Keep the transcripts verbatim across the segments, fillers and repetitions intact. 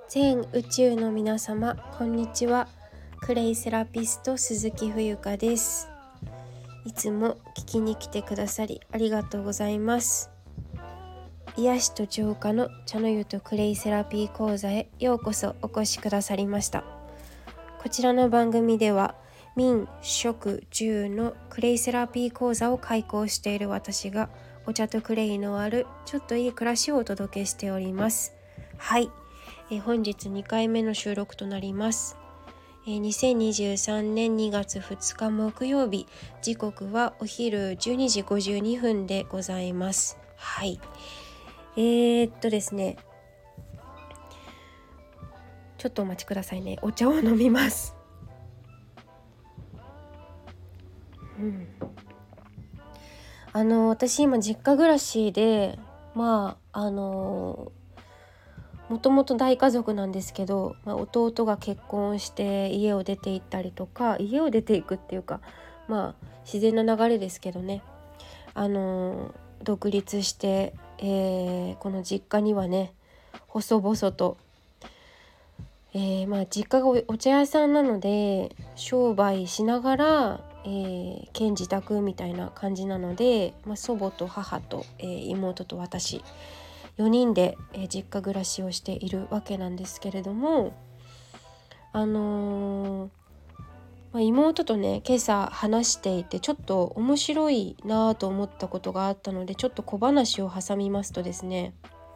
全宇宙の皆様こんにちは。クレイセラピスト鈴木冬香です。いつも聞きに来てくださりありがとうございます。癒しと浄化の茶の湯とクレイセラピー講座へようこそお越しくださりました。こちらの番組では民食住のクレイセラピー講座を開講している私がお茶とクレイのあるちょっといい暮らしをお届けしております。はい、え本日にかいめの収録となります。えにせんにじゅうさんねんにがつふつか木曜日、時刻はお昼じゅうにじごじゅうにふんでございます。はい、えー、っとですねちょっとお待ちくださいね。お茶を飲みます。うん、あの私今実家暮らしで、まああのもともと大家族なんですけど、まあ、弟が結婚して家を出て行ったりとか、家を出ていくっていうか、まあ自然な流れですけどね、あの独立して、えー、この実家にはね細々と、えー、まあ実家が お, お茶屋さんなので商売しながら、えー、兼自宅みたいな感じなので、まあ、祖母と母と、えー、妹と私よにんで、えー、実家暮らしをしているわけなんですけれども、あのーまあ、妹とね今朝話していてちょっと面白いなと思ったことがあったので、ちょっと小話を挟みますとですね、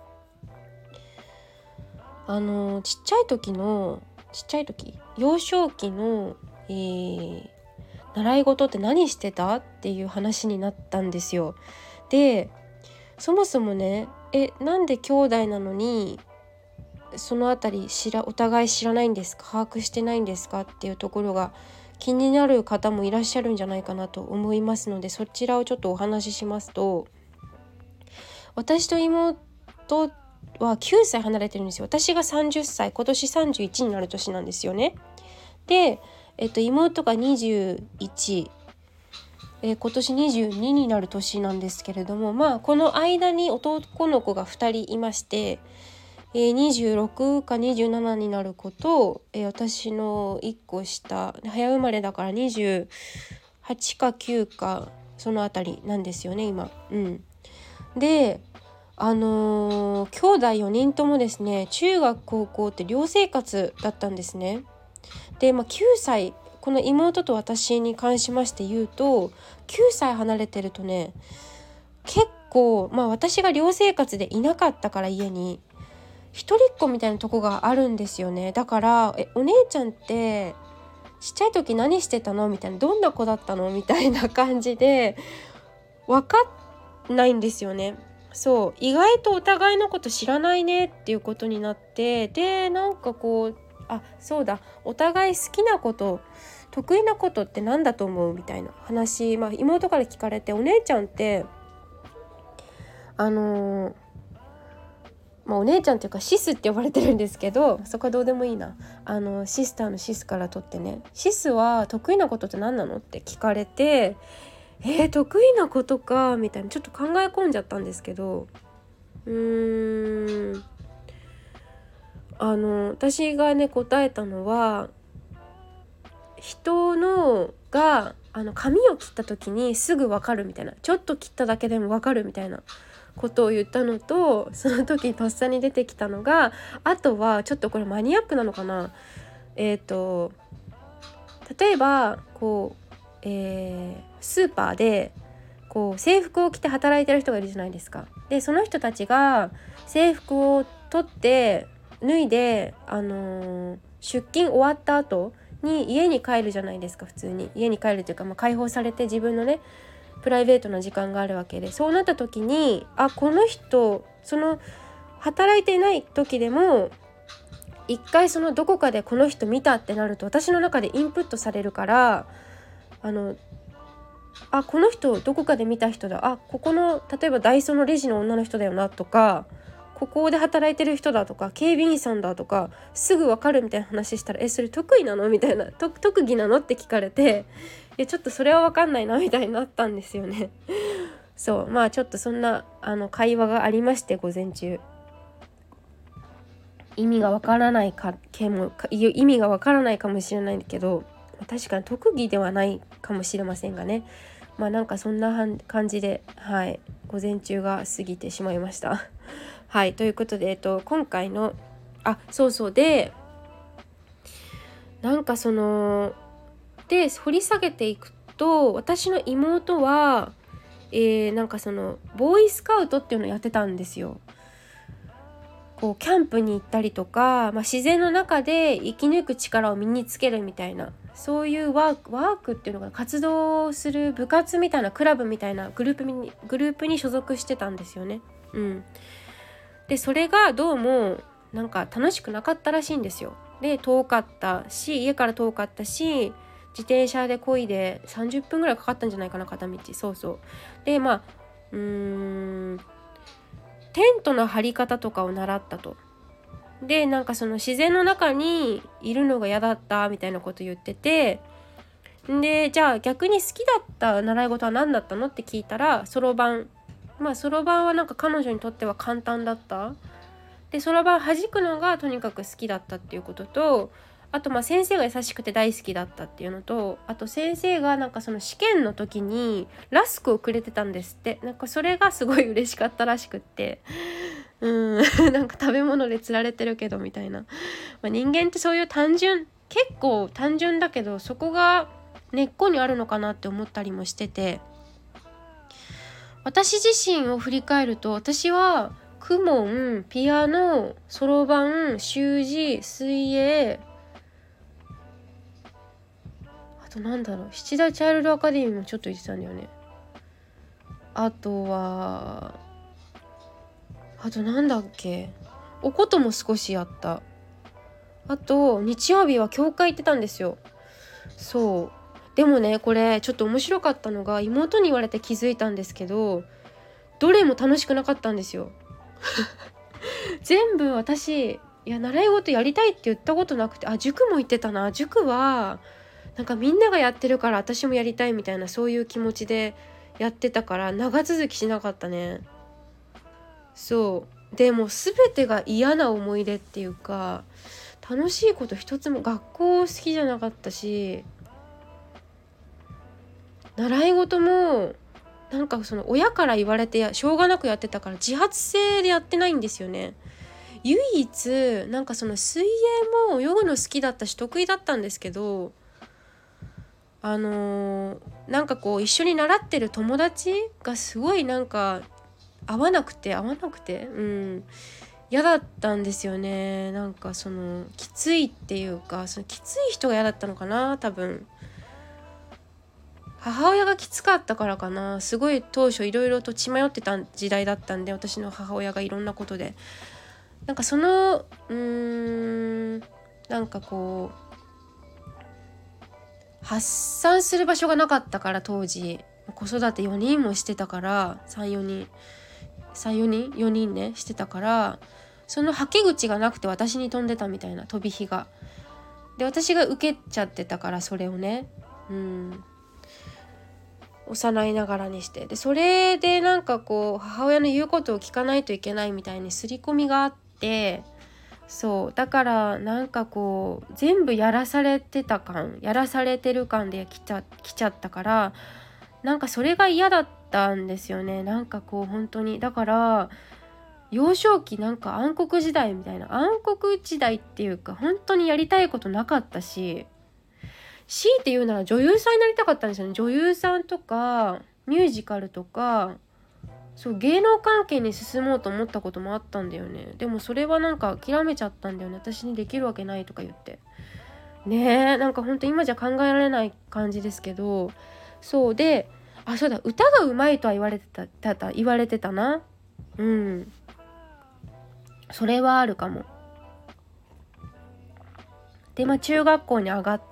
あのーちっちゃい時のちっちゃい時幼少期の、えー、習い事って何してたっていう話になったんですよ。でそもそもねえなんで兄弟なのにそのあたり知らお互い知らないんですか、把握してないんですかっていうところが気になる方もいらっしゃるんじゃないかなと思いますので、そちらをちょっとお話ししますと、私と妹はきゅうさい離れてるんですよ。私がさんじゅっさい、今年さんじゅういちになる年なんですよね。で、えっと、妹がにじゅういち、えー、今年にじゅうにになる年なんですけれども、まあこの間に男の子がふたりいまして、えー、にじゅうろくかにじゅうななになる子と、えー、私のいっこ下早生まれだからにじゅうはちかきゅうかそのあたりなんですよね今。うん、であのー、兄弟よにんともですね中学高校って寮生活だったんですね。で、まあ、きゅうさいこの妹と私に関しまして言うときゅうさい離れてるとね結構、まあ私が寮生活でいなかったから家に一人っ子みたいなとこがあるんですよね。だからえお姉ちゃんってちっちゃい時何してたのみたいな、どんな子だったのみたいな感じで分かんないんですよね。そう意外とお互いのこと知らないねっていうことになって、でなんかこうあそうだお互い好きなこと得意なことって何だと思うみたいな話、まあ、妹から聞かれて、お姉ちゃんってあのーまあ、お姉ちゃんっていうかシスって呼ばれてるんですけど、そこはどうでもいいな。あのシスターのシスから取ってね、シスは得意なことって何なのって聞かれて、えー、得意なことかみたいなちょっと考え込んじゃったんですけど、うーんあの私がね答えたのは、人のがあの髪を切った時にすぐ分かるみたいな、ちょっと切っただけでも分かるみたいなことを言ったのと、その時とっさに出てきたのが、あとはちょっとこれマニアックなのかな、えーと例えばこう、えー、スーパーでこう制服を着て働いてる人がいるじゃないですか。でその人たちが制服を取って脱いで、あのー、出勤終わった後に家に帰るじゃないですか。普通に家に帰るというか、まあ、解放されて自分のねプライベートな時間があるわけで、そうなった時にあこの人その働いていない時でも一回そのどこかでこの人見たってなると私の中でインプットされるから、あのあこの人どこかで見た人だ、あここの例えばダイソーのレジの女の人だよなとか、ここで働いてる人だとか警備員さんだとかすぐ分かるみたいな話したら、えそれ得意なのみたいな、と特技なのって聞かれて、いやちょっとそれは分かんないなみたいになったんですよね。そうまあちょっとそんなあの会話がありまして、午前中意味がわからないかけも意味がわからないかもしれないんだけど、確かに特技ではないかもしれませんがね。まあなんかそんな感じで、はい、午前中が過ぎてしまいましたはいということで、えっと今回のあそうそうでなんかそので掘り下げていくと、私の妹は、えー、なんかそのボーイスカウトっていうのをやってたんですよ。こうキャンプに行ったりとか、まあ、自然の中で生き抜く力を身につけるみたいな、そういうワークワークっていうのが活動する部活みたいな、クラブみたいなグループにグループに所属してたんですよね。うん、でそれがどうもなんか楽しくなかったらしいんですよ。で遠かったし、家から遠かったし、自転車で漕いでさんじゅっぷんぐらいかかったんじゃないかな、片道。そうそうでまあうーんテントの張り方とかを習ったと。でなんかその自然の中にいるのが嫌だったみたいなこと言ってて、でじゃあ逆に好きだった習い事は何だったのって聞いたら、そろばん。まあそろばんはなんか彼女にとっては簡単だった。でそろばん弾くのがとにかく好きだったっていうことと、あとまあ先生が優しくて大好きだったっていうのと、あと先生がなんかその試験の時にラスクをくれてたんですって。なんかそれがすごい嬉しかったらしくって、うんなんか食べ物で釣られてるけどみたいな、まあ、人間ってそういう単純結構単純だけど、そこが根っこにあるのかなって思ったりもしてて、私自身を振り返ると、私は公文、ピアノ、そろばん、習字、水泳、あとなんだろう、七大チャイルドアカデミーもちょっと言ってたんだよね。あとはあとなんだっけ、おことも少しやった。あと日曜日は教会行ってたんですよ。そうでもね、これちょっと面白かったのが、妹に言われて気づいたんですけど、どれも楽しくなかったんですよ全部私、いや習い事やりたいって言ったことなくて、あ塾も行ってたな。塾はなんかみんながやってるから私もやりたいみたいな、そういう気持ちでやってたから長続きしなかったね。そうでも全てが嫌な思い出っていうか、楽しいこと一つも、学校好きじゃなかったし、習い事もなんかその親から言われてしょうがなくやってたから、自発性でやってないんですよね。唯一なんかその水泳も泳ぐの好きだったし得意だったんですけど、あのー、なんかこう一緒に習ってる友達がすごいなんか合わなくて合わなくてうん嫌だったんですよね。なんかそのきついっていうか、そのきつい人が嫌だったのかな、多分母親がきつかったからかな。すごい当初いろいろと血迷ってた時代だったんで、私の母親がいろんなことでなんかそのうーんなんかこう発散する場所がなかったから、当時子育てよにんもしてたから、さんよにんさんよにんよにんねしてたから、そのはけ口がなくて私に飛んでたみたいな、飛び火が。で私が受けちゃってたから、それをねうん幼いながらにして、でそれでなんかこう母親の言うことを聞かないといけないみたいに刷り込みがあって、そうだからなんかこう全部やらされてた感やらされてる感で来ちゃ、来ちゃったから、なんかそれが嫌だったんですよね。なんかこう本当にだから幼少期なんか暗黒時代みたいな、暗黒時代っていうか本当にやりたいことなかったし、強いて言うなら女優さんになりたかったんですよね。女優さんとかミュージカルとか、そう芸能関係に進もうと思ったこともあったんだよね。でもそれはなんか諦めちゃったんだよね。私にできるわけないとか言ってねえ、なんかほんと今じゃ考えられない感じですけど、そうで、あそうだ、歌がうまいとは言われてた、たた言われてたな。うんそれはあるかも。でまあ中学校に上がって、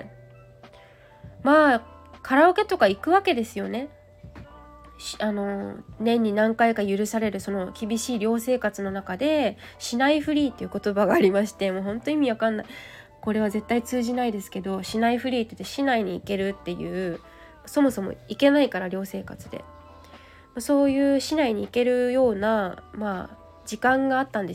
まあカラオケとか行くわけですよね。あの年に何回か許されるその厳しい寮生活の中で、市内フリーっていう言葉がありまして、もうほんと意味わかんない、これは絶対通じないですけど、市内フリーって言って市内に行けるっていう、そもそも行けないから寮生活で、そういう市内に行けるようなまあ時間があったんですよ。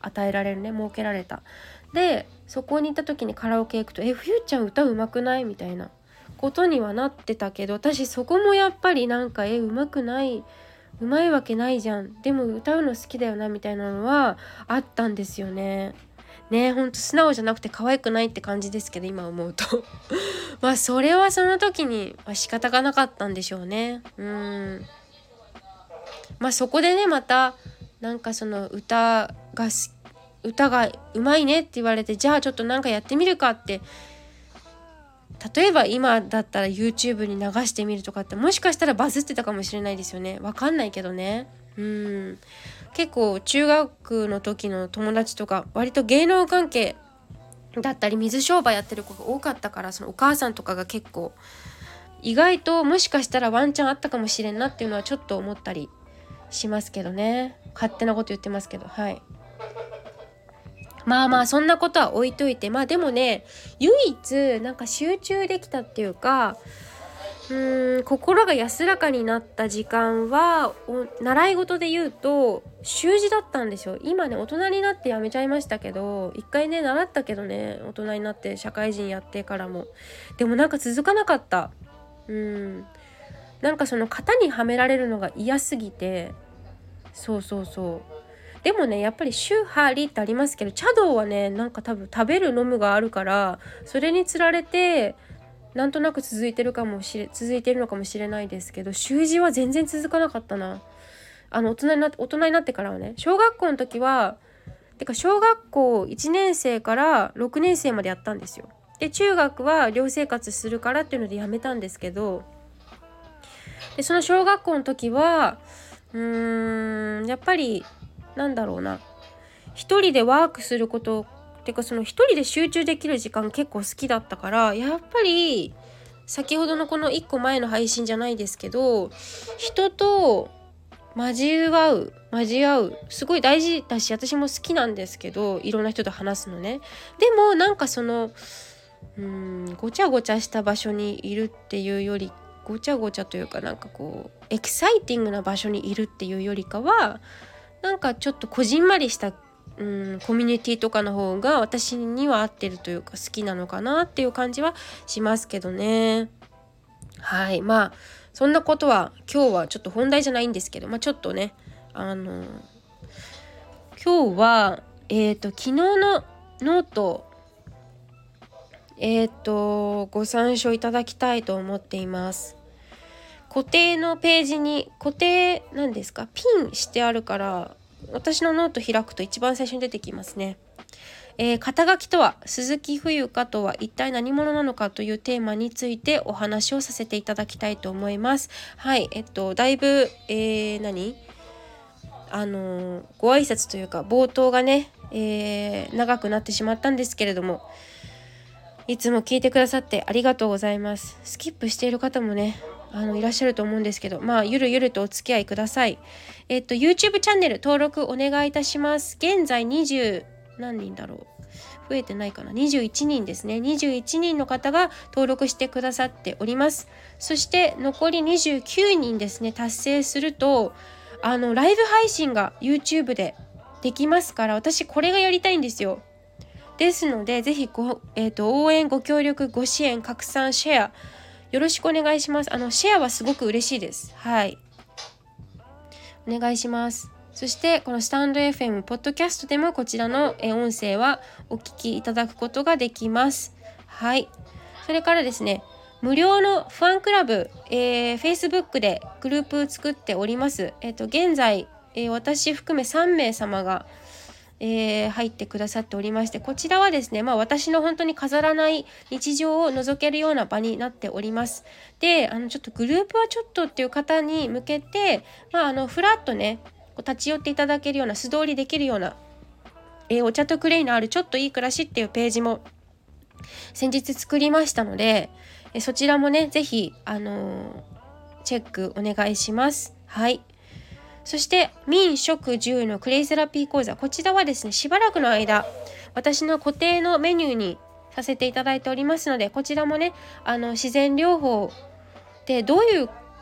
与えられるね、設けられた。でそこに行った時にカラオケ行くとえフューちゃん歌うまくないみたいなことにはなってたけど、私そこもやっぱりなんかえうまくないうまいわけないじゃん、でも歌うの好きだよなみたいなのはあったんですよね。ね、ほんと素直じゃなくて可愛くないって感じですけど今思うとまあそれはその時に、まあ、仕方がなかったんでしょうね。うんまあそこでねまたなんかその歌が歌がうまいねって言われて、じゃあちょっとなんかやってみるかって、例えば今だったら YouTube に流してみるとかってもしかしたらバズってたかもしれないですよね。わかんないけどね。うん結構中学の時の友達とか割と芸能関係だったり水商売やってる子が多かったから、そのお母さんとかが結構意外ともしかしたらワンチャンあったかもしれんなっていうのはちょっと思ったりしますけどね。勝手なこと言ってますけど、はい。まあまあそんなことは置いといて、まあでもね唯一なんか集中できたっていうか、うーん心が安らかになった時間は習い事で言うと習字だったんですよ。今ね大人になってやめちゃいましたけど、一回ね習ったけどね、大人になって社会人やってからもでもなんか続かなかった。うんなんかその型にはめられるのが嫌すぎて、そうそうそうでもねやっぱり宗派理ってありますけど、茶道はねなんか多分食べる飲むがあるからそれにつられてなんとなく続いてるかもしれ続いてるのかもしれないですけど、習字は全然続かなかったな。あの大人になって大人になってからはね、小学校の時はてか小学校いちねん生からろくねん生までやったんですよ。で中学は寮生活するからっていうのでやめたんですけど、でその小学校の時はうーんやっぱりなんだろうな、一人でワークすることてかその一人で集中できる時間結構好きだったから、やっぱり先ほどのこのいっこまえの配信じゃないですけど、人と交わう交わうすごい大事だし私も好きなんですけど、いろんな人と話すのね。でもなんかそのうーんごちゃごちゃした場所にいるっていうより、ごちゃごちゃというかなんかこうエキサイティングな場所にいるっていうよりかは、なんかちょっとこじんまりしたうんコミュニティとかの方が私には合ってるというか好きなのかなっていう感じはしますけどね。はいまあそんなことは今日はちょっと本題じゃないんですけど、まあちょっとねあの今日はえっと昨日のノートえっとご参照いただきたいと思っています。固定のページに固定なんですかピンしてあるから私のノート開くと一番最初に出てきますね。えー、肩書きとは鈴木冬香とは一体何者なのかというテーマについてお話をさせていただきたいと思います。はいえっとだいぶ、えー、何あのー、ご挨拶というか冒頭がね、えー、長くなってしまったんですけれども、いつも聞いてくださってありがとうございます。スキップしている方もねあのいらっしゃると思うんですけど、まあゆるゆるとお付き合いください。えっと YouTube チャンネル登録お願いいたします。現在にじゅう何人だろう、増えてないかな、にじゅういちにんですね。にじゅういちにんの方が登録してくださっております。そして残りにじゅうきゅうにんですね、達成するとあのライブ配信が YouTube でできますから、私これがやりたいんですよ。ですのでぜひご、えーと、応援ご協力ご支援拡散シェアよろしくお願いします。あのシェアはすごく嬉しいです。はいお願いします。そしてこのスタンド エフエム ポッドキャストでもこちらの音声はお聞きいただくことができます。はいそれからですね、無料のファンクラブ、えー、Facebook でグループ作っております。えっと現在、えー、私含めさんめい様がえー、入ってくださっておりまして、こちらはですね、まあ、私の本当に飾らない日常を覗けるような場になっております。で、あのちょっとグループはちょっとっていう方に向けて、まあ、あのフラッとねこう立ち寄っていただけるような素通りできるような、えー、お茶とクレイのあるちょっといい暮らしっていうページも先日作りましたので、えー、そちらもねぜひ、あのー、チェックお願いします。はいそして民食住のクレイセラピー講座、こちらはですねしばらくの間私の固定のメニューにさせていただいておりますので、こちらもねあの自然療法ってどういう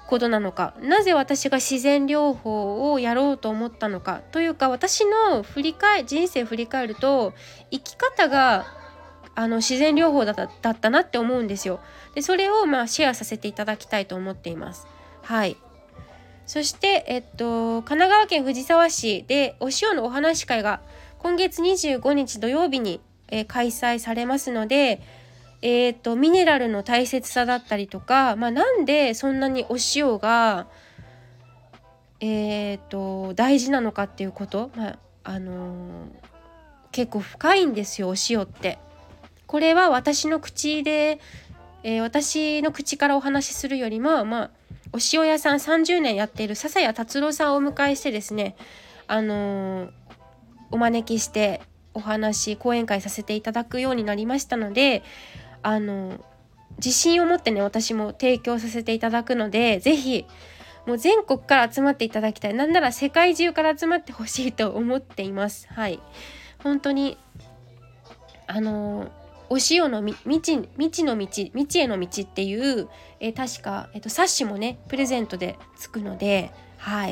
ことなのか、なぜ私が自然療法をやろうと思ったのかというか、私の振り返人生を振り返ると生き方があの自然療法だった、だったなって思うんですよ。でそれをまあシェアさせていただきたいと思っています。はい。そして、えっと、神奈川県藤沢市でお塩のお話会が今月にじゅうごにち土曜日に、えー、開催されますので、えー、とミネラルの大切さだったりとか、まあ、なんでそんなにお塩が、えー、と大事なのかっていうこと、まああのー、結構深いんですよ、お塩って。これは私の口で、えー、私の口からお話しするよりも、まあ、お塩屋さんさんじゅうねんやっている笹谷達郎さんをお迎えしてですね、あのー、お招きしてお話講演会させていただくようになりましたので、あの自信を持ってね私も提供させていただくので、ぜひもう全国から集まっていただきたい。なんなら世界中から集まってほしいと思っています。はい、本当にあのお塩のみ未知未知の道未知への道っていう、えー、確か、えーと、冊子もねプレゼントでつくので、はい。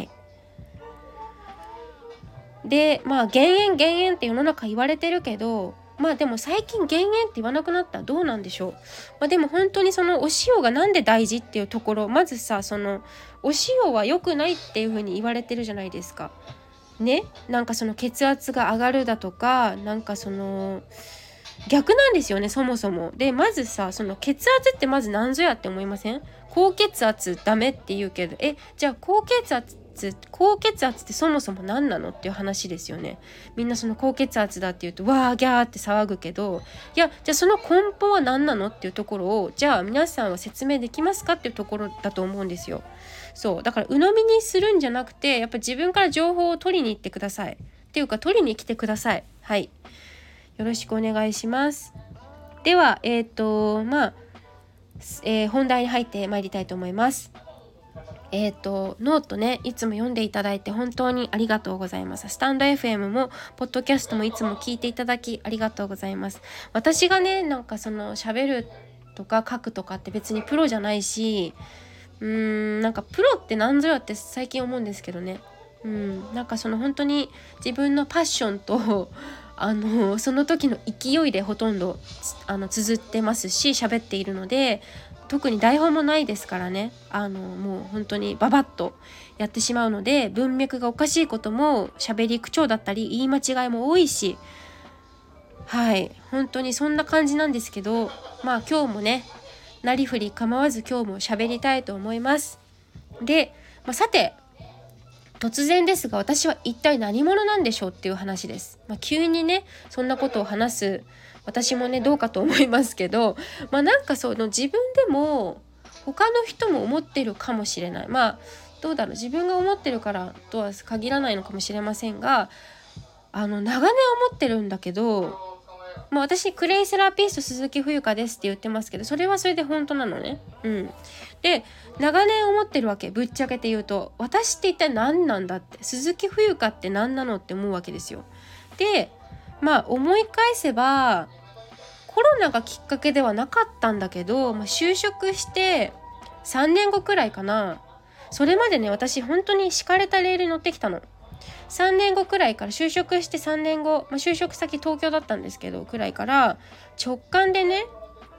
でまあ減塩減塩って世の中言われてるけど、まあでも最近減塩って言わなくなったらどうなんでしょう。まあでも本当にそのお塩がなんで大事っていうところ、まずさ、そのお塩は良くないっていう風に言われてるじゃないですかね。なんかその血圧が上がるだとか、なんかその逆なんですよね、そもそも。でまずさ、その血圧ってまず何ぞやって思いません？高血圧ダメって言うけど、えじゃあ高血圧高血圧ってそもそも何なのっていう話ですよね。みんなその高血圧だって言うとわーギャーって騒ぐけど、いやじゃあその根本は何なのっていうところを、じゃあ皆さんは説明できますかっていうところだと思うんですよ。そうだから鵜呑みにするんじゃなくて、やっぱ自分から情報を取りに行ってくださいっていうか取りに来てください。はい、よろしくお願いします。ではえっ、ー、とまあ、えー、本題に入ってまいりたいと思います。えーと、ノートねいつも読んでいただいて本当にありがとうございます。スタンド エフエム もポッドキャストもいつも聞いていただきありがとうございます。私がねなんかその喋るとか書くとかって別にプロじゃないし、うーんなんかプロって何ぞやって最近思うんですけどね。うんなんかその本当に自分のパッションとあのその時の勢いでほとんどあの綴ってますし喋っているので、特に台本もないですからね、あのもう本当にババッとやってしまうので、文脈がおかしいことも喋り口調だったり言い間違いも多いし、はい本当にそんな感じなんですけど、まあ今日もねなりふり構わず今日も喋りたいと思います。で、まあ、さて突然ですが私は一体何者なんでしょうっていう話です。まあ、急にねそんなことを話す私もねどうかと思いますけど、まあなんかその自分でも他の人も思ってるかもしれない。まあどうだろう、自分が思ってるからとは限らないのかもしれませんが、あの長年思ってるんだけど、まあ、私クレイセラピスト鈴木冬香ですって言ってますけど、それはそれで本当なのね。うん。で長年思ってるわけ。ぶっちゃけて言うと私って一体何なんだって、鈴木冬香って何なのって思うわけですよ。でまあ思い返せばコロナがきっかけではなかったんだけど、まあ、就職してさんねんごくらいかな。それまでね私本当に敷かれたレールに乗ってきたの。さんねんごくらいから就職してさんねんご、まあ、就職先東京だったんですけどくらいから直感でね、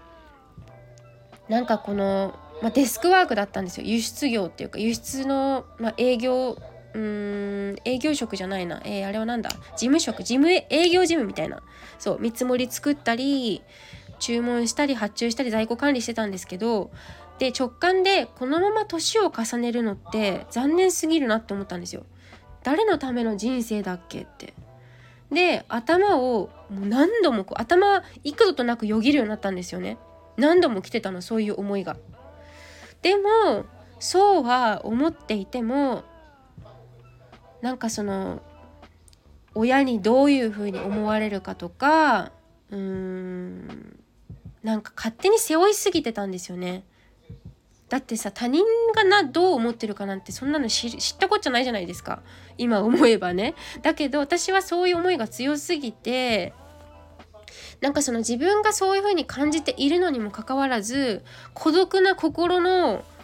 なんかこの、まあ、デスクワークだったんですよ。輸出業っていうか輸出の、まあ、営業うーん営業職じゃないな、えー、あれはなんだ事務職事務営業事務みたいな、そう見積もり作ったり注文したり発注したり在庫管理してたんですけど、で直感でこのまま年を重ねるのって残念すぎるなって思ったんですよ。誰のための人生だっけって。で頭をもう何度もこう頭幾度となくよぎるようになったんですよね。何度も来てたの、そういう思いが。でもそうは思っていても、なんかその親にどういうふうに思われるかとか、うーんなんか勝手に背負いすぎてたんですよね。だってさ他人がなどう思ってるかなんてそんなの 知, 知ったこっちゃないじゃないですか、今思えばね。だけど私はそういう思いが強すぎて、なんかその自分がそういう風に感じているのにもかかわらず孤独な心の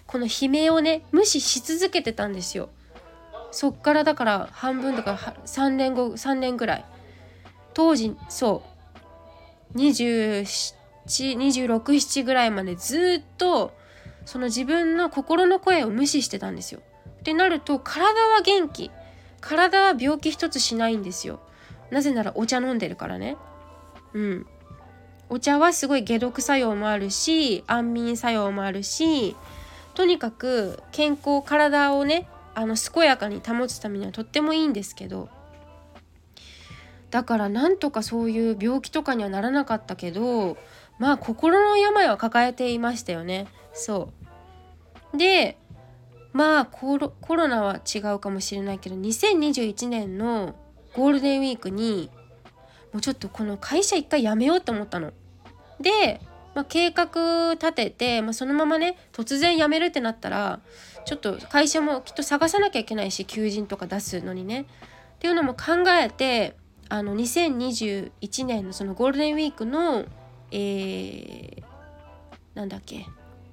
この悲鳴をね無視し続けてたんですよ。そっからだから半分だからさんねんごさんねんぐらい当時そうにじゅうなな、にじゅうろく、ななぐらいまでずっとその自分の心の声を無視してたんですよ。ってなると体は元気、体は病気一つしないんですよ。なぜならお茶飲んでるからね。うんお茶はすごい解毒作用もあるし安眠作用もあるし、とにかく健康体をねあの健やかに保つためにはとってもいいんですけど、だからなんとかそういう病気とかにはならなかったけど、まあ心の病は抱えていましたよね。そうでまあコロ、コロナは違うかもしれないけどにせんにじゅういちねんのゴールデンウィークにもうちょっとこの会社一回辞めようと思ったの。で、まあ、計画立てて、まあ、そのままね突然辞めるってなったらちょっと会社もきっと探さなきゃいけないし求人とか出すのにねっていうのも考えて、あのにせんにじゅういちねんのそのゴールデンウィークのえー、なんだっけ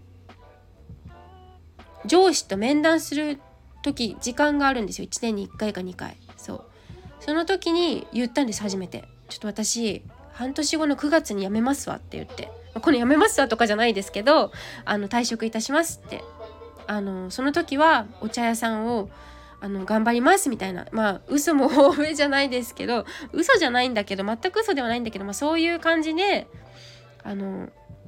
上司と面談する時時間があるんですよ。いちねんにいっかいかにかい。そうその時に言ったんです。初めてちょっと私半年後のくがつに辞めますわって言って、この辞めますわとかじゃないですけどあの退職いたしますって、あのその時はお茶屋さんをあの頑張りますみたいな、まあ嘘も多めじゃないですけど嘘じゃないんだけど全く嘘ではないんだけど、まあ、そういう感じであの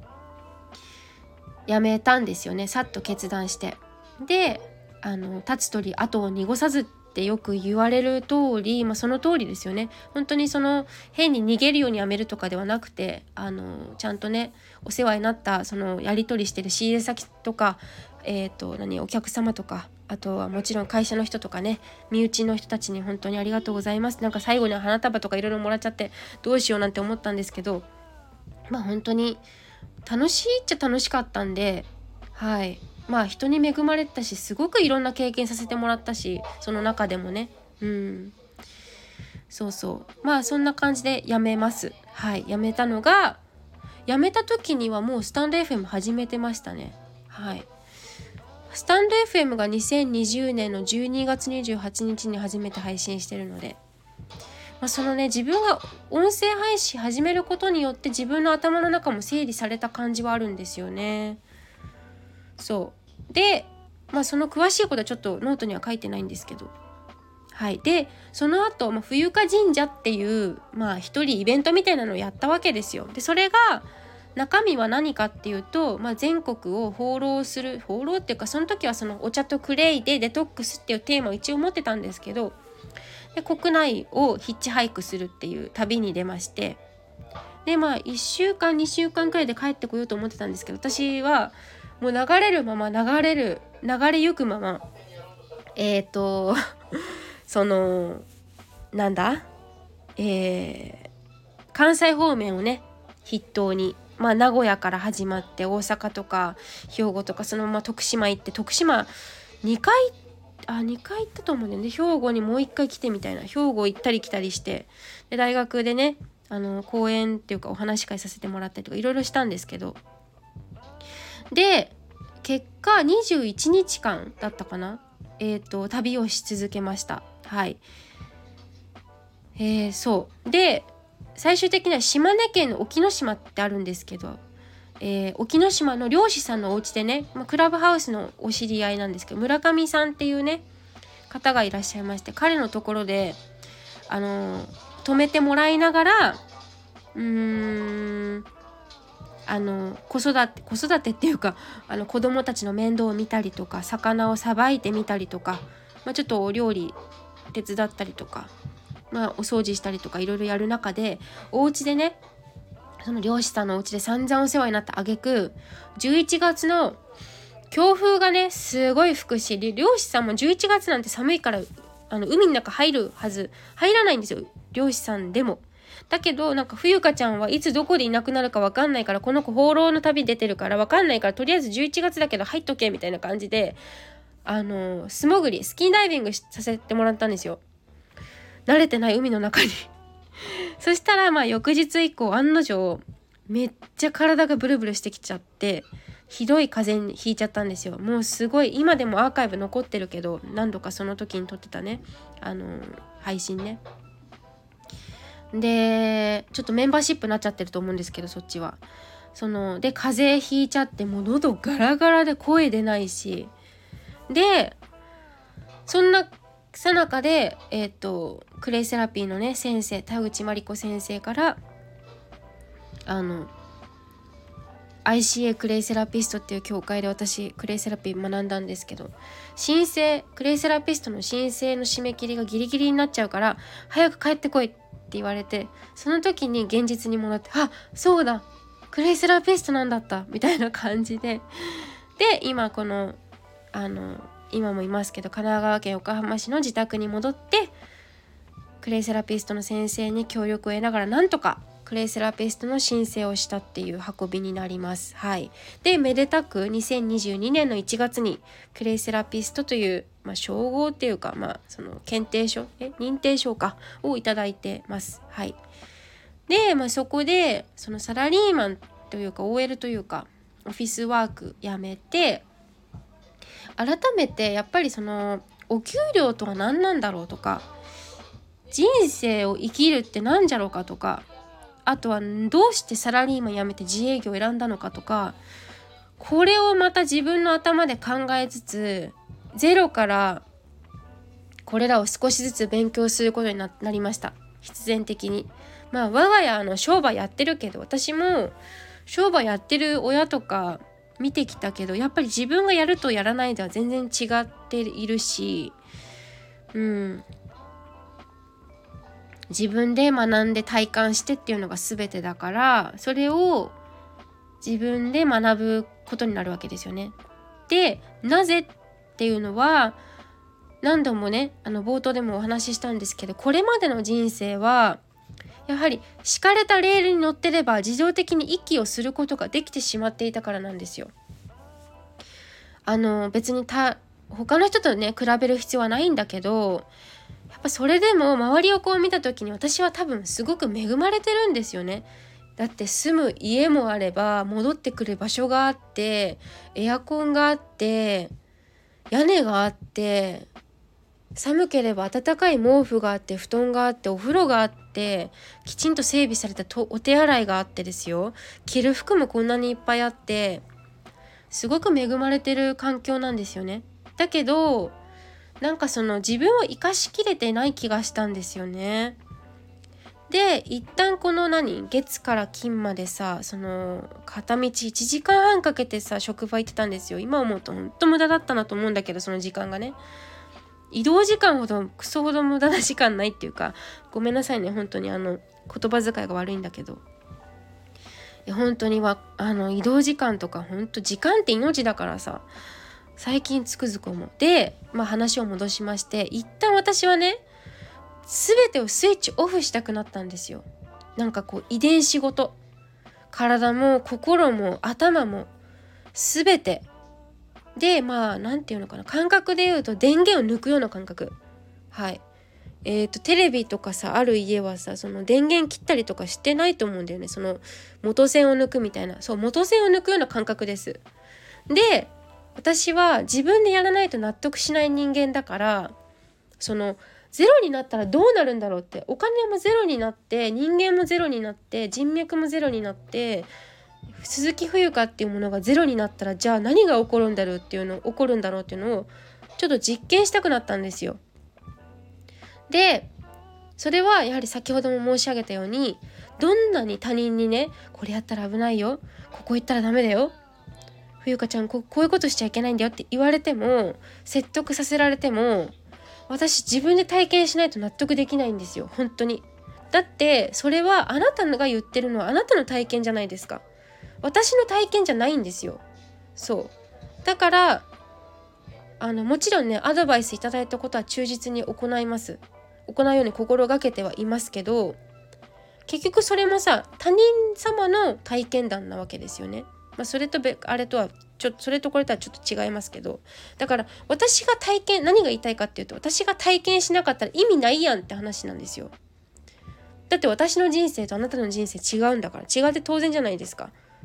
辞めたんですよね。さっと決断して。であの立つ鳥後を濁さずってよく言われる通り、まあ、その通りですよね。本当にその変に逃げるように辞めるとかではなくて、あのちゃんとねお世話になったそのやり取りしてる仕入れ先とか、えーと何お客様とか、あとはもちろん会社の人とかね身内の人たちに本当にありがとうございます、なんか最後に花束とかいろいろもらっちゃってどうしようなんて思ったんですけど、まあ本当に楽しいっちゃ楽しかったんで、はいまあ人に恵まれたしすごくいろんな経験させてもらったし、その中でもねうんそうそうまあそんな感じで辞めます。はい辞めたのが辞めた時にはもうスタンド エフエム 始めてましたね。はいスタンド エフエム がにせんにじゅうねんのじゅうにがつにじゅうはちにちに初めて配信してるので、まあ、そのね自分が音声配信始めることによって自分の頭の中も整理された感じはあるんですよね。そうでまあその詳しいことはちょっとノートには書いてないんですけど、はいでその後、まあ、冬香神社っていうまあ一人イベントみたいなのをやったわけですよ。でそれが中身は何かっていうと、まあ、全国を放浪する放浪っていうかその時はそのお茶とクレイでデトックスっていうテーマを一応持ってたんですけど、で国内をヒッチハイクするっていう旅に出まして、でまあいっしゅうかんにしゅうかんくらいで帰ってこようと思ってたんですけど、私はもう流れるまま流れる流れゆくままえっ、ー、とそのなんだえー、関西方面をね筆頭に、まあ名古屋から始まって大阪とか兵庫とかそのまま徳島行って、徳島にかいあにかい行ったと思うんだよね。兵庫にもういっかい来てみたいな、兵庫行ったり来たりして、で大学でねあの講演っていうかお話し会させてもらったりとかいろいろしたんですけど、で結果にじゅういちにちかんだったかな、えーと旅をし続けました。はいえー、そうで最終的には島根県の沖ノ島ってあるんですけど、えー、沖ノ島の漁師さんのお家でね、まあ、クラブハウスのお知り合いなんですけど村上さんっていうね方がいらっしゃいまして、彼のところであのー、泊めてもらいながらうーんあの子育て子育てっていうかあの子供たちの面倒を見たりとか魚をさばいてみたりとか、まあ、ちょっとお料理手伝ったりとか、まあ、お掃除したりとかいろいろやる中でお家でねその漁師さんのお家で散々お世話になった挙句じゅういちがつの強風がねすごい吹くし、漁師さんもじゅういちがつなんて寒いからあの海の中入るはず入らないんですよ漁師さんでも。だけどなんか冬香ちゃんはいつどこでいなくなるか分かんないから、この子放浪の旅出てるから分かんないからとりあえずじゅういちがつだけど入っとけみたいな感じであの素潜りスキーダイビングさせてもらったんですよ、慣れてない海の中にそしたらまあ翌日以降案の定めっちゃ体がブルブルしてきちゃって、 ひどい風邪にひいちゃったんですよ。もうすごい、今でもアーカイブ残ってるけど、何度かその時に撮ってたねあの配信ね。でちょっとメンバーシップになっちゃってると思うんですけど、そっちはそので風邪ひいちゃって、もう喉ガラガラで声出ないし、でそんなさなかでえっとクレイセラピーのね先生、田口真理子先生からあのアイシーエー クレイセラピストっていう協会で私クレイセラピー学んだんですけど、申請クレイセラピストの申請の締め切りがギリギリになっちゃうから早く帰ってこいって言われて、その時に現実に戻って、あ、そうだクレイセラピストなんだったみたいな感じで、で今このあの今もいますけど神奈川県横浜市の自宅に戻ってクレイセラピストの先生に協力を得ながらなんとかクレイセラピストの申請をしたっていう運びになります。はい。でめでたくにせんにじゅうにねんのいちがつにクレイセラピストという、まあ、称号っていうか、まあ、その検定書え認定証かをいただいてます。はい。で、まあ、そこでそのサラリーマンというか オーエル というかオフィスワークやめて、改めてやっぱりそのお給料とは何なんだろうとか、人生を生きるって何じゃろうかとか、あとはどうしてサラリーマン辞めて自営業を選んだのかとか、これをまた自分の頭で考えつつゼロからこれらを少しずつ勉強することに な, なりました。必然的に。まあ我が家の商売やってるけど、私も商売やってる親とか見てきたけど、やっぱり自分がやるとやらないでは全然違っているし、うん自分で学んで体感してっていうのが全てだから、それを自分で学ぶことになるわけですよね。でなぜっていうのは何度もねあの冒頭でもお話ししたんですけど、これまでの人生はやはり敷かれたレールに乗ってれば自動的に息をすることができてしまっていたからなんですよ。あの別にた他の人とね比べる必要はないんだけど、やっぱそれでも周りをこう見た時に私は多分すごく恵まれてるんですよね。だって住む家もあれば戻ってくる場所があって、エアコンがあって、屋根があって、寒ければ暖かい毛布があって、布団があって、お風呂があって、きちんと整備されたとお手洗いがあってですよ、着る服もこんなにいっぱいあって、すごく恵まれてる環境なんですよね。だけどなんかその自分を生かしきれてない気がしたんですよね。で一旦この何月から金までさ、その片道いちじかんはんかけてさ職場行ってたんですよ。今思うとほんと無駄だったなと思うんだけど、その時間がね、移動時間ほどクソほど無駄な時間ないっていうか、ごめんなさいね本当にあの言葉遣いが悪いんだけど、いや本当にはあの移動時間とか本当時間って命だからさ、最近つくづく思う。で、まあ、話を戻しまして、一旦私はね全てをスイッチオフしたくなったんですよ。なんかこう遺伝子ごと、体も心も頭も全てで、まあなんていうのかな、感覚で言うと電源を抜くような感覚。はいえーとテレビとかさある家はさ、その電源切ったりとかしてないと思うんだよね。その元線を抜くみたいな、そう元線を抜くような感覚です。で私は自分でやらないと納得しない人間だから、そのゼロになったらどうなるんだろうって、お金もゼロになって人間もゼロになって人脈もゼロになって、鈴木冬香っていうものがゼロになったらじゃあ何が起こるんだろうっていうの起こるんだろうっていうのをちょっと実験したくなったんですよ。でそれはやはり先ほども申し上げたように、どんなに他人にねこれやったら危ないよ、ここ行ったらダメだよ、冬香ちゃん こ, こういうことしちゃいけないんだよって言われても、説得させられても、私自分で体験しないと納得できないんですよ本当に。だってそれはあなたが言ってるのはあなたの体験じゃないですか。私の体験じゃないんですよ。そうだからあのもちろんねアドバイスいただいたことは忠実に行います行うように心がけてはいますけど、結局それもさ他人様の体験談なわけですよね。まあ、それとべあれとはちょそれとこれとはちょっと違いますけど、だから私が体験何が言いたいかっていうと、私が体験しなかったら意味ないやんって話なんですよ。だって私の人生とあなたの人生違うんだから、違って当然じゃないですか。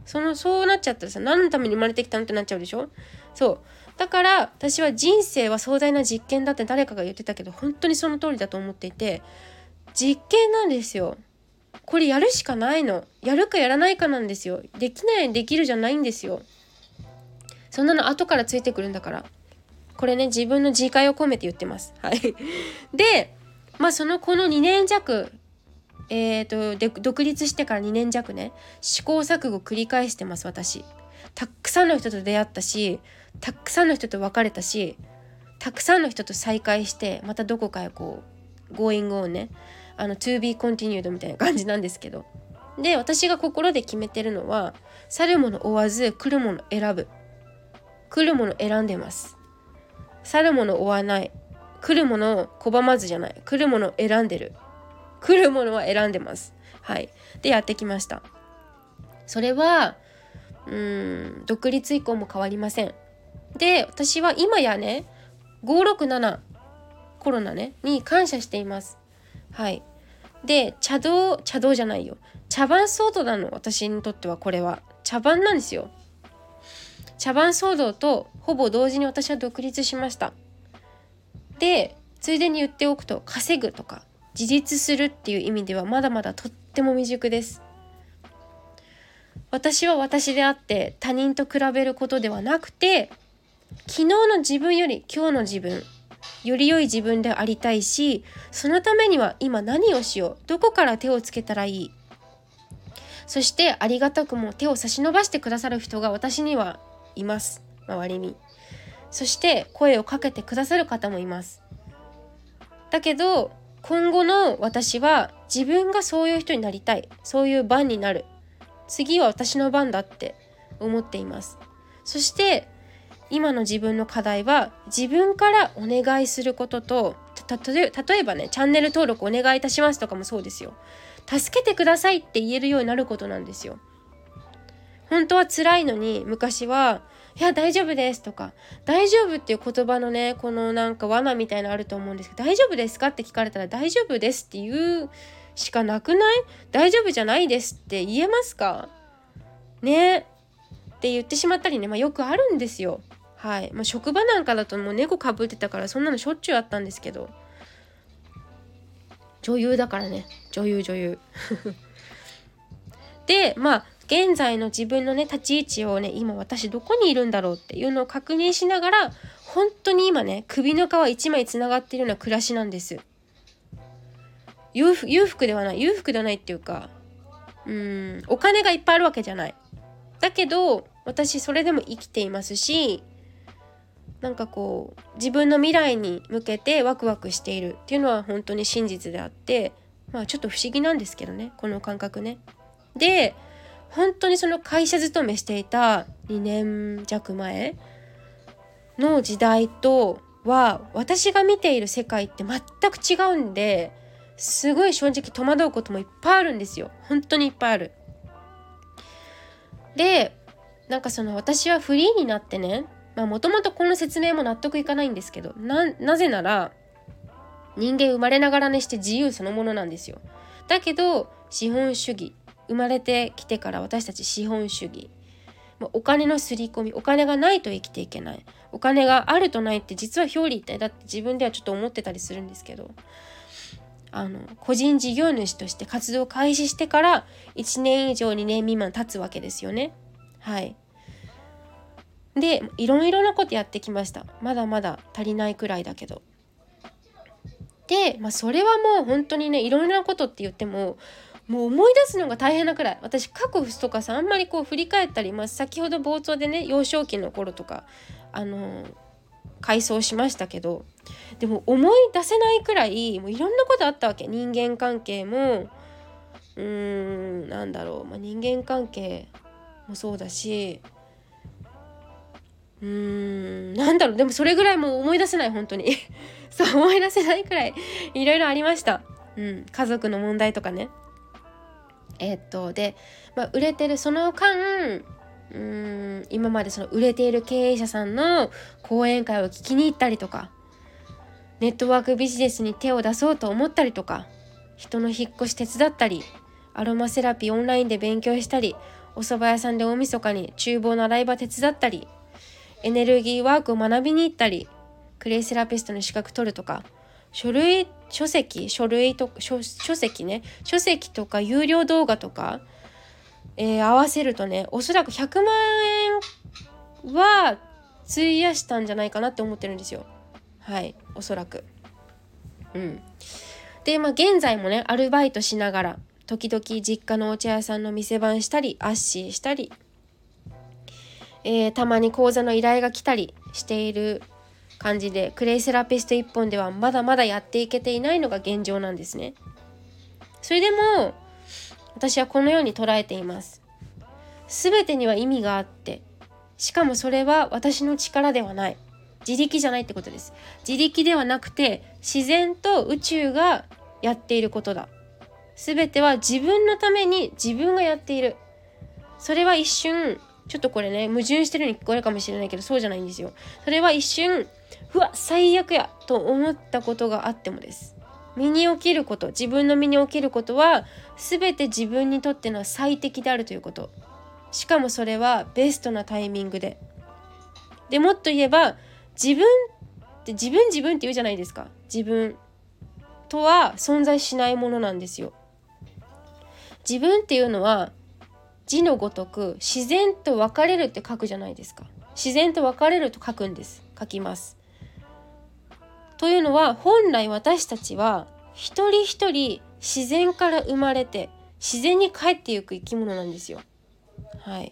そのそうなっちゃったらさ、何のために生まれてきたのってなっちゃうでしょ。そうだから私は人生は壮大な実験だって誰かが言ってたけど、本当にその通りだと思っていて、実験なんですよ。これやるしかないの。やるかやらないかなんですよ。できないできるじゃないんですよ。そんなの後からついてくるんだから。これね、自分の自戒を込めて言ってます。はい。で、まあそのこのにねん弱、えーとで独立してからにねん弱ね、試行錯誤繰り返してます私。たくさんの人と出会ったし、たくさんの人と別れたし、たくさんの人と再会して、またどこかへこう going on ね、あの to be continued みたいな感じなんですけど、で私が心で決めてるのは、去るもの追わず来るもの選ぶ。来るもの選んでます。去るもの追わない、来るものを拒まずじゃない、来るものを選んでる。来るものは選んでます。はい。でやってきました。それはうーん独立以降も変わりません。で私は今やね、ごろくななコロナねに感謝しています。はい。で茶道茶道じゃないよ、茶番騒動なの。私にとってはこれは茶番なんですよ。茶番騒動とほぼ同時に私は独立しました。でついでに言っておくと、稼ぐとか自立するっていう意味ではまだまだとっても未熟です。私は私であって他人と比べることではなくて、昨日の自分より今日の自分、より良い自分でありたいし、そのためには今何をしよう、どこから手をつけたらいい。そしてありがたくも手を差し伸ばしてくださる人が私にはいます、周りに。そして声をかけてくださる方もいます。だけど今後の私は自分がそういう人になりたい、そういう番になる、次は私の番だって思っています。そして今の自分の課題は、自分からお願いすることと、たと例えばね、チャンネル登録お願いいたしますとかもそうですよ。助けてくださいって言えるようになることなんですよ。本当は辛いのに、昔はいや大丈夫ですとか、大丈夫っていう言葉のね、このなんか罠みたいなのあると思うんですけど、大丈夫ですかって聞かれたら大丈夫ですって言うしかなくない？大丈夫じゃないですって言えますかねって言ってしまったりね、まあ、よくあるんですよ。はい。まあ、職場なんかだともう猫かぶってたからそんなのしょっちゅうあったんですけど、女優だからね、女優女優でまあ現在の自分のね立ち位置をね、今私どこにいるんだろうっていうのを確認しながら、本当に今ね首の皮一枚つながっているような暮らしなんです。裕福、裕福ではない裕福ではないっていうか、うーんお金がいっぱいあるわけじゃない。だけど私それでも生きていますし、なんかこう自分の未来に向けてワクワクしているっていうのは本当に真実であって、まあちょっと不思議なんですけどね、この感覚ね。で本当にその会社勤めしていたにねん弱前の時代とは、私が見ている世界って全く違うんで、すごい正直戸惑うこともいっぱいあるんですよ。本当にいっぱいある。でなんかその私はフリーになってね、まあもともとこの説明も納得いかないんですけど、 な, なぜなら人間生まれながらにして自由そのものなんですよ。だけど資本主義、生まれてきてから私たち資本主義、お金の刷り込み、お金がないと生きていけない、お金があるとないって実は表裏一体だって自分ではちょっと思ってたりするんですけど、あの個人事業主として活動を開始してからいちねん以上にねん未満経つわけですよね。はい。でいろいろなことやってきました。まだまだ足りないくらいだけど。で、まあ、それはもう本当にね、いろいろなことって言ってももう思い出すのが大変なくらい、私過去とかさ、あんまりこう振り返ったり、まあ、先ほど冒頭でね幼少期の頃とかあのー、回想しましたけど、でも思い出せないくらいもういろんなことあったわけ。人間関係もうーんなんだろう、まあ、人間関係もそうだし、うーんなんだろう、でもそれぐらいもう思い出せない、本当にそう思い出せないくらいいろいろありました。うん、家族の問題とかね。えー、っとで、まあ、売れてるその間、うーん今までその売れている経営者さんの講演会を聞きに行ったりとか、ネットワークビジネスに手を出そうと思ったりとか、人の引っ越し手伝ったり、アロマセラピーオンラインで勉強したり、 お蕎麦屋さんで大晦日に厨房の洗い場手伝ったり、エネルギーワークを学びに行ったり、クレイセラピストの資格取るとか、書類書籍書類と書書籍ね書籍とか有料動画とか、えー、合わせるとね、おそらくひゃくまんえんは費やしたんじゃないかなって思ってるんですよ。はい、おそらく。うんでまあ現在もねアルバイトしながら時々実家のお茶屋さんの店番したり、アッシーしたり、えー、たまに講座の依頼が来たりしている感じで、クレイセラピスト一本ではまだまだやっていけていないのが現状なんですね。それでも私はこのように捉えています。すべてには意味があって、しかもそれは私の力ではない、自力じゃないってことです。自力ではなくて自然と宇宙がやっていることだ。すべては自分のために自分がやっている。それは一瞬、ちょっとこれね矛盾してるように聞こえるかもしれないけど、そうじゃないんですよ。それは一瞬、うわ最悪やと思ったことがあってもです。身に起きること、自分の身に起きることは全て自分にとっての最適であるということ。しかもそれはベストなタイミングで。でもっと言えば、自分って自分自分って言うじゃないですか。自分とは存在しないものなんですよ。自分っていうのは字のごとく自然と分かれるって書くじゃないですか。自然と分かれると書くんです。書きます。というのは、本来私たちは一人一人自然から生まれて自然に帰っていく生き物なんですよ。はい。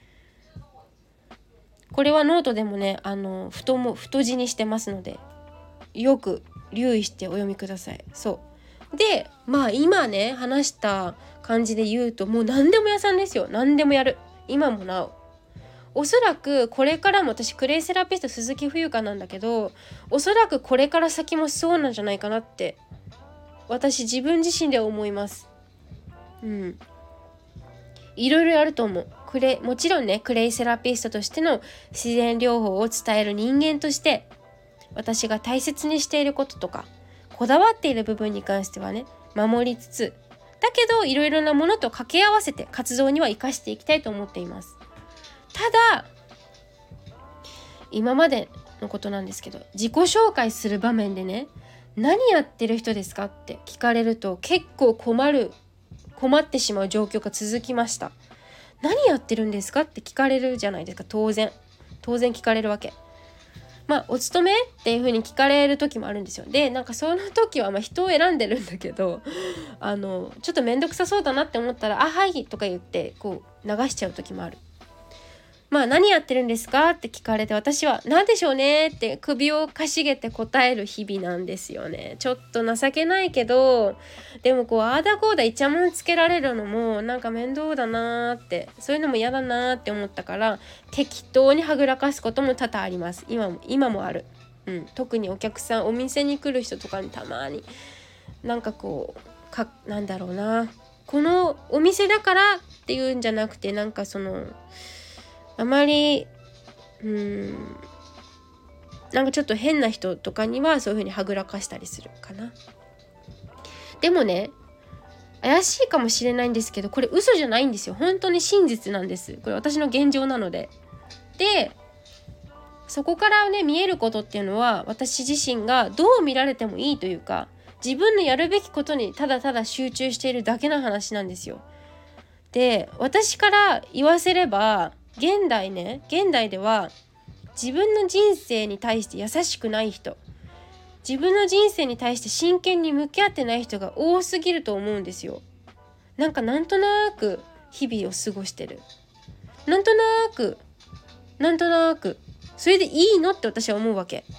これはノートでもね、あの太も太字にしてますので、よく留意してお読みください。そうで、まあ今ね話した感じで言うと、もう何でも屋さんですよ。何でもやる。今もなお。おそらくこれからも、私クレイセラピスト鈴木冬香なんだけど、おそらくこれから先もそうなんじゃないかなって私自分自身で思います。うん。いろいろやると思う。クレもちろんね、クレイセラピストとしての自然療法を伝える人間として、私が大切にしていることとかこだわっている部分に関してはね守りつつ、だけどいろいろなものと掛け合わせて活動には生かしていきたいと思っています。ただ今までのことなんですけど、自己紹介する場面でね、何やってる人ですかって聞かれると結構困る困ってしまう状況が続きました。何やってるんですかって聞かれるじゃないですか。当然当然聞かれるわけ。まあお勤めっていう風に聞かれる時もあるんですよ。でなんかその時はまあ人を選んでるんだけど、あのちょっと面倒くさそうだなって思ったら、あはいとか言ってこう流しちゃう時もある。まあ何やってるんですかって聞かれて、私は何でしょうねって首をかしげて答える日々なんですよね。ちょっと情けないけど、でもこうあーだこーだイチャモンつけられるのもなんか面倒だなーって、そういうのも嫌だなーって思ったから、適当にはぐらかすことも多々あります。今も今もある。うん、特にお客さん、お店に来る人とかにたまになんかこうかなんだろうな、このお店だからっていうんじゃなくて、なんかそのあまりうーんなんかちょっと変な人とかにはそういう風にはぐらかしたりするかな。でもね、怪しいかもしれないんですけど、これ嘘じゃないんですよ。本当に真実なんです。これ私の現状なので。でそこからね見えることっていうのは、私自身がどう見られてもいいというか、自分のやるべきことにただただ集中しているだけの話なんですよ。で私から言わせれば、現代ね現代では自分の人生に対して優しくない人、自分の人生に対して真剣に向き合ってない人が多すぎると思うんですよ。なんかなんとなく日々を過ごしてる、なんとなくなんとなくそれでいいのって私は思うわけ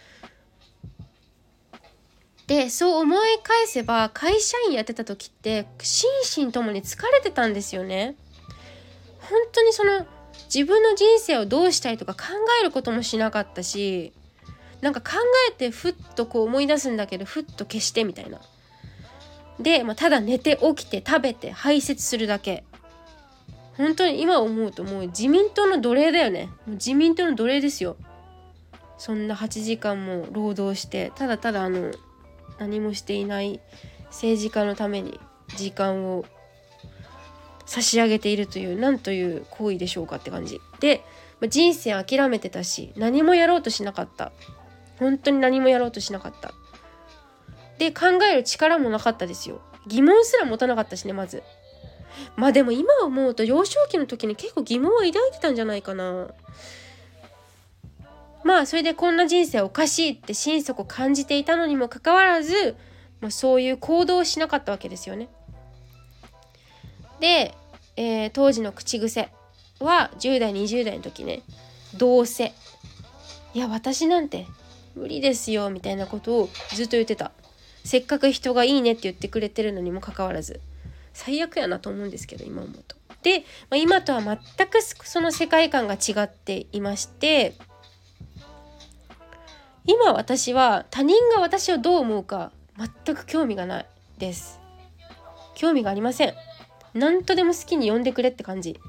で、そう思い返せば会社員やってた時って心身ともに疲れてたんですよね。本当にその自分の人生をどうしたいとか考えることもしなかったし、なんか考えてふっとこう思い出すんだけどふっと消してみたいなで、まあ、ただ寝て起きて食べて排泄するだけ。本当に今思うともう自民党の奴隷だよね。もう自民党の奴隷ですよ。そんなはちじかんも労働してただただあの何もしていない政治家のために時間を差し上げているという、なんという行為でしょうかって感じで、人生諦めてたし、何もやろうとしなかった。本当に何もやろうとしなかった。で、考える力もなかったですよ。疑問すら持たなかったしね、まず。まあでも今思うと幼少期の時に結構疑問は抱いてたんじゃないかな。まあそれでこんな人生おかしいって心底感じていたのにもかかわらず、まあ、そういう行動をしなかったわけですよね。で、えー、当時の口癖はじゅう代にじゅう代の時ね、どうせ、いや私なんて無理ですよみたいなことをずっと言ってた。せっかく人がいいねって言ってくれてるのにもかかわらず、最悪やなと思うんですけど今思うと。で、まあ、今とは全くその世界観が違っていまして、今私は他人が私をどう思うか全く興味がないです。興味がありません。何とでも好きに呼んでくれって感じ。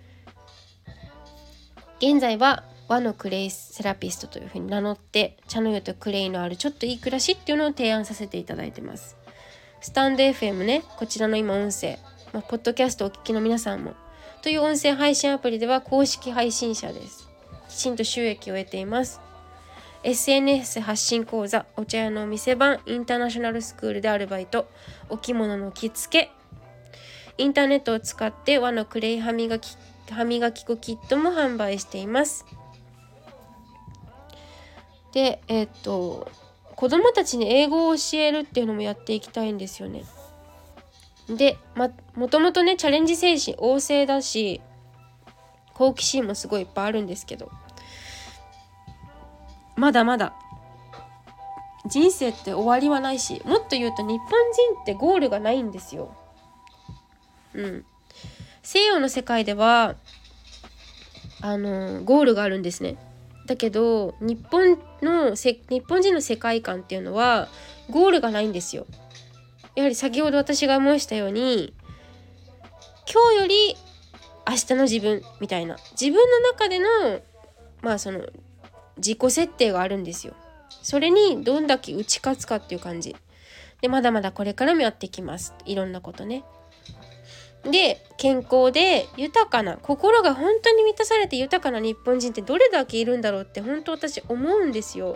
現在は和のクレイセラピストというふうに名乗って、茶の湯とクレイのあるちょっといい暮らしっていうのを提案させていただいてます。スタンド エフエム ね、こちらの今音声、まあ、ポッドキャストをお聞きの皆さんもという音声配信アプリでは公式配信者です。きちんと収益を得ています。エスエヌエス 発信講座、お茶屋のお店番、インターナショナルスクールでアルバイト、お着物の着付け、インターネットを使って和のクレイ歯磨き歯磨き粉キットも販売しています。で、えー、っと子どもたちに英語を教えるっていうのもやっていきたいんですよね。で、ま、もともとねチャレンジ精神旺盛だし、好奇心もすごいいっぱいあるんですけど、まだまだ人生って終わりはないし、もっと言うと日本人ってゴールがないんですよ。うん。西洋の世界ではあのゴールがあるんですね。だけど日本のせ日本人の世界観っていうのはゴールがないんですよ。やはり先ほど私が申したように、今日より明日の自分みたいな、自分の中でのまあその自己設定があるんですよ。それにどんだけ打ち勝つかっていう感じで、まだまだこれからもやっていきます。いろんなことね。で、健康で豊かな、心が本当に満たされて豊かな日本人ってどれだけいるんだろうって本当私思うんですよ。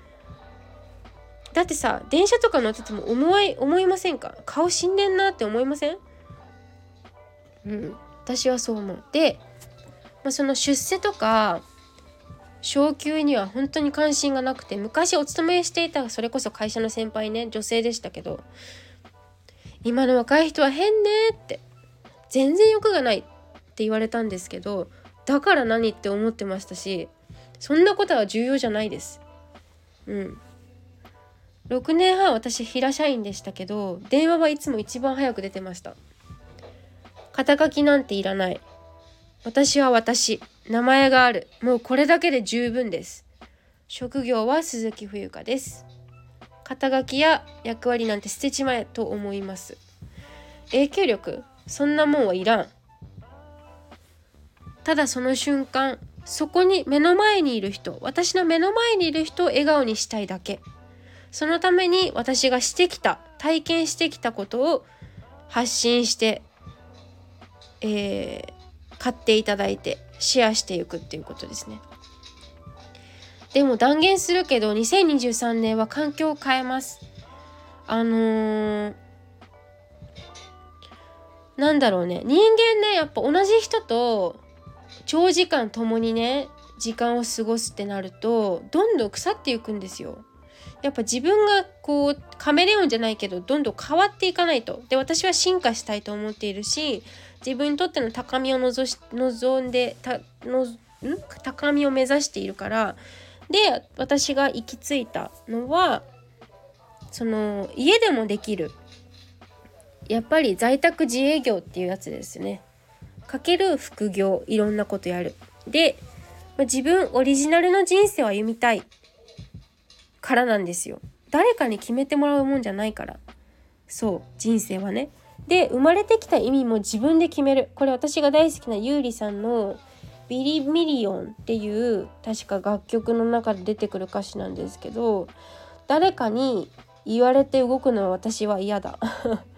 だってさ、電車とか乗ってても思い思いませんか？顔死んでんなって思いません？うん、私はそう思う。で、まあ、その出世とか昇給には本当に関心がなくて、昔お勤めしていたそれこそ会社の先輩ね、女性でしたけど、今の若い人は変ねって全然欲がないって言われたんですけど、だから何って思ってましたし、そんなことは重要じゃないです。うんろくねんはん私平社員でしたけど、電話はいつも一番早く出てました。肩書きなんていらない、私は私、名前がある、もうこれだけで十分です。職業は鈴木冬香です。肩書きや役割なんて捨てちまえと思います。影響力、そんなもんはいらん。ただその瞬間、そこに目の前にいる人、私の目の前にいる人を笑顔にしたいだけ。そのために私がしてきた、体験してきたことを発信して、えー、買っていただいてシェアしていくっていうことですね。でも断言するけどにせんにじゅうさんねんは環境を変えます。あのー、なんだろうね、人間ね、やっぱ同じ人と長時間共にね時間を過ごすってなるとどんどん腐っていくんですよ。やっぱ自分がこうカメレオンじゃないけどどんどん変わっていかないと。で、私は進化したいと思っているし、自分にとっての高みを望し望んでたのん高みを目指しているから。で、私が行き着いたのはその家でもできる、やっぱり在宅自営業っていうやつですね。かける副業、いろんなことやる。で、自分オリジナルの人生を歩みたいからなんですよ。誰かに決めてもらうもんじゃないから。そう、人生はね。で、生まれてきた意味も自分で決める。これ私が大好きなゆうりさんのビリミリオンっていう確か楽曲の中で出てくる歌詞なんですけど、誰かに言われて動くのは私は嫌だ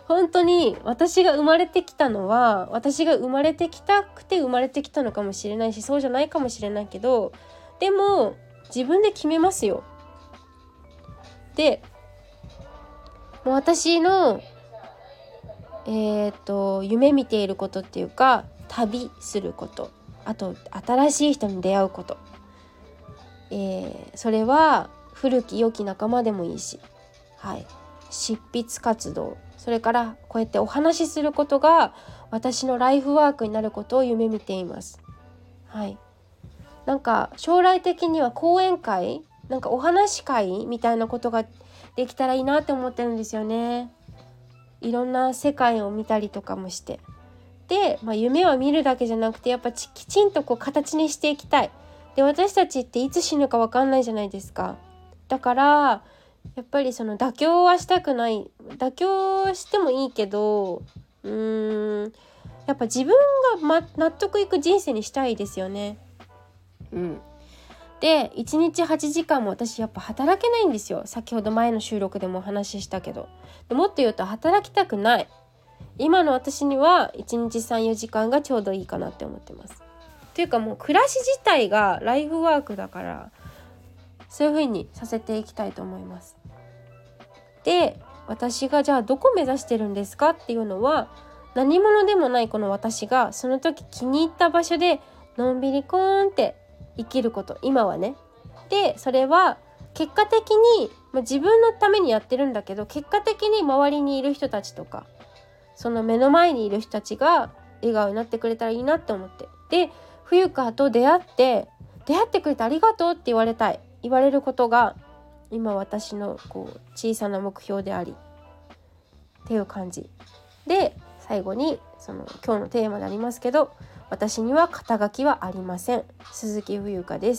本当に私が生まれてきたのは私が生まれてきたくて生まれてきたのかもしれないし、そうじゃないかもしれないけど、でも自分で決めますよ。でもう私のえー、と夢見ていることっていうか、旅すること、あと新しい人に出会うこと、えー、それは古き良き仲間でもいいし、はい、執筆活動、それからこうやってお話しすることが私のライフワークになることを夢見ています。はい、なんか将来的には講演会、なんかお話会みたいなことができたらいいなって思ってるんですよね。いろんな世界を見たりとかもして、で、まあ、夢は見るだけじゃなくてやっぱきちんとこう形にしていきたい。で、私たちっていつ死ぬか分かんないじゃないですか。だからやっぱりその妥協はしたくない。妥協してもいいけど、うーんやっぱ自分が、ま、納得いく人生にしたいですよね。うんでいちにちはちじかんも私やっぱ働けないんですよ。先ほど前の収録でもお話ししたけど、でもっと言うと働きたくない。今の私にはいちにちさん、よじかんがちょうどいいかなって思ってます。というかもう暮らし自体がライフワークだから、そういう風にさせていきたいと思います。で、私がじゃあどこ目指してるんですかっていうのは、何者でもないこの私がその時気に入った場所でのんびりコーンって生きること、今はね。でそれは結果的に、まあ、自分のためにやってるんだけど、結果的に周りにいる人たちとかその目の前にいる人たちが笑顔になってくれたらいいなって思って、で冬香と出会って出会ってくれてありがとうって言われたい、言われることが今私のこう小さな目標でありっていう感じで、最後にその今日のテーマでありますけど、私には肩書きはありません。鈴木冬香です。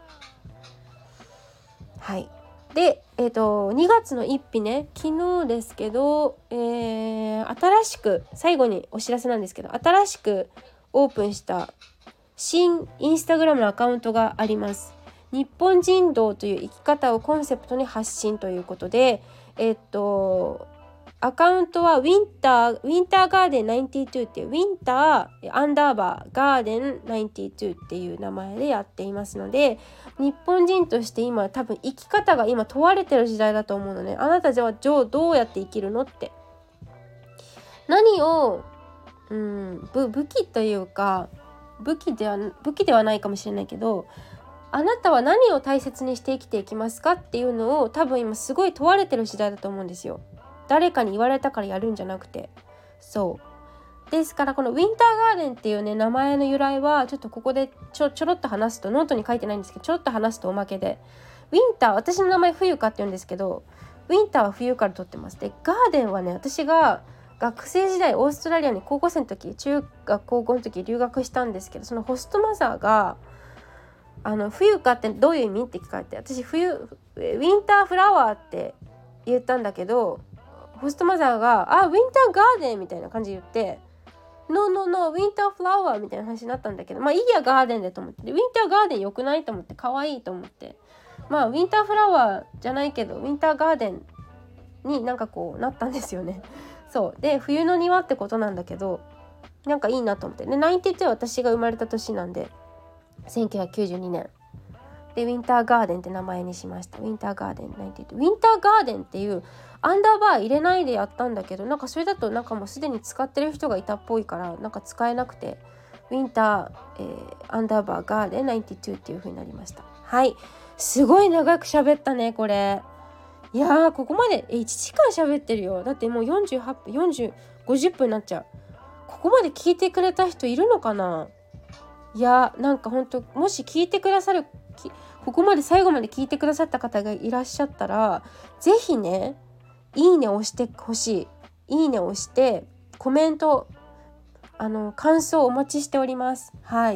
はい。で、えーと、にがつのいっ日ね、昨日ですけど、えー、新しく最後にお知らせなんですけど、新しくオープンした新インスタグラムのアカウントがあります。日本人道という生き方をコンセプトに発信ということで、えっとアカウントはウィンターウィンターガーデンナインティツーっていうウィンターアンダーバーガーデンナインティツーっていう名前でやっていますので、日本人として今多分生き方が今問われてる時代だと思うのね。あなたじゃあどうやって生きるのって、何をうん武武器というか武器では武器ではないかもしれないけど、あなたは何を大切にして生きていきますかっていうのを多分今すごい問われてる時代だと思うんですよ。誰かに言われたからやるんじゃなくて、そうですからこのウィンターガーデンっていうね名前の由来はちょっとここでちょちょろっと話すと、ノートに書いてないんですけどちょろっと話すとおまけで、ウィンター、私の名前冬香って言うんですけど、ウィンターは冬から取ってます。でガーデンはね、私が学生時代オーストラリアに高校生の時、中学高校の時留学したんですけど、そのホストマザーがあの冬香ってどういう意味って聞かれて、私冬ウィンターフラワーって言ったんだけど、ホストマザーがあウィンターガーデンみたいな感じで言ってノーノーノーウィンターフラワーみたいな話になったんだけど、まあいいやガーデンでと思って、でウィンターガーデン良くないと思って、可愛いと思って、まあウィンターフラワーじゃないけどウィンターガーデンになんかこうなったんですよね。そうで冬の庭ってことなんだけど、なんかいいなと思って、でナインティツーは私が生まれた年なんでせんきゅうひゃくきゅうじゅうにねんでウィンターガーデンって名前にしました。ウィンターガーデンナインティツー、ウィンターガーデンっていうアンダーバー入れないでやったんだけど、なんかそれだとなんかもうすでに使ってる人がいたっぽいからなんか使えなくて、ウィンター、えー、アンダーバーガーデンナインティツーっていう風になりました。はい、すごい長く喋ったねこれ。いやーここまでえいちじかん喋ってるよ。だってもうよんじゅうはっぷんよんじゅう ごじゅっぷんになっちゃう。ここまで聞いてくれた人いるのかな。いやなんか本当もし聞いてくださるここまで最後まで聞いてくださった方がいらっしゃったら、ぜひねいいねを押してほしい。いいねを押してコメント、あの感想お待ちしております。はい。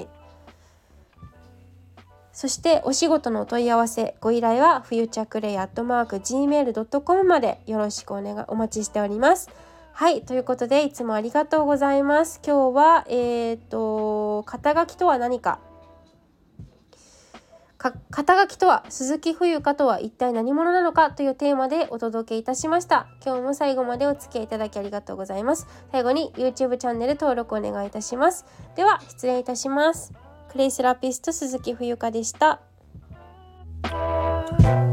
そしてお仕事のお問い合わせご依頼は フューチャークレイアットマークジーメールドットコム までよろしくお願いお待ちしております。はい、ということでいつもありがとうございます。今日はえっと肩書きとは何か、 か肩書きとは、鈴木冬香とは一体何者なのかというテーマでお届けいたしました。今日も最後までお付き合いいただきありがとうございます。最後に YouTube チャンネル登録お願いいたします。では失礼いたします。クレイセラピスト鈴木冬香でした。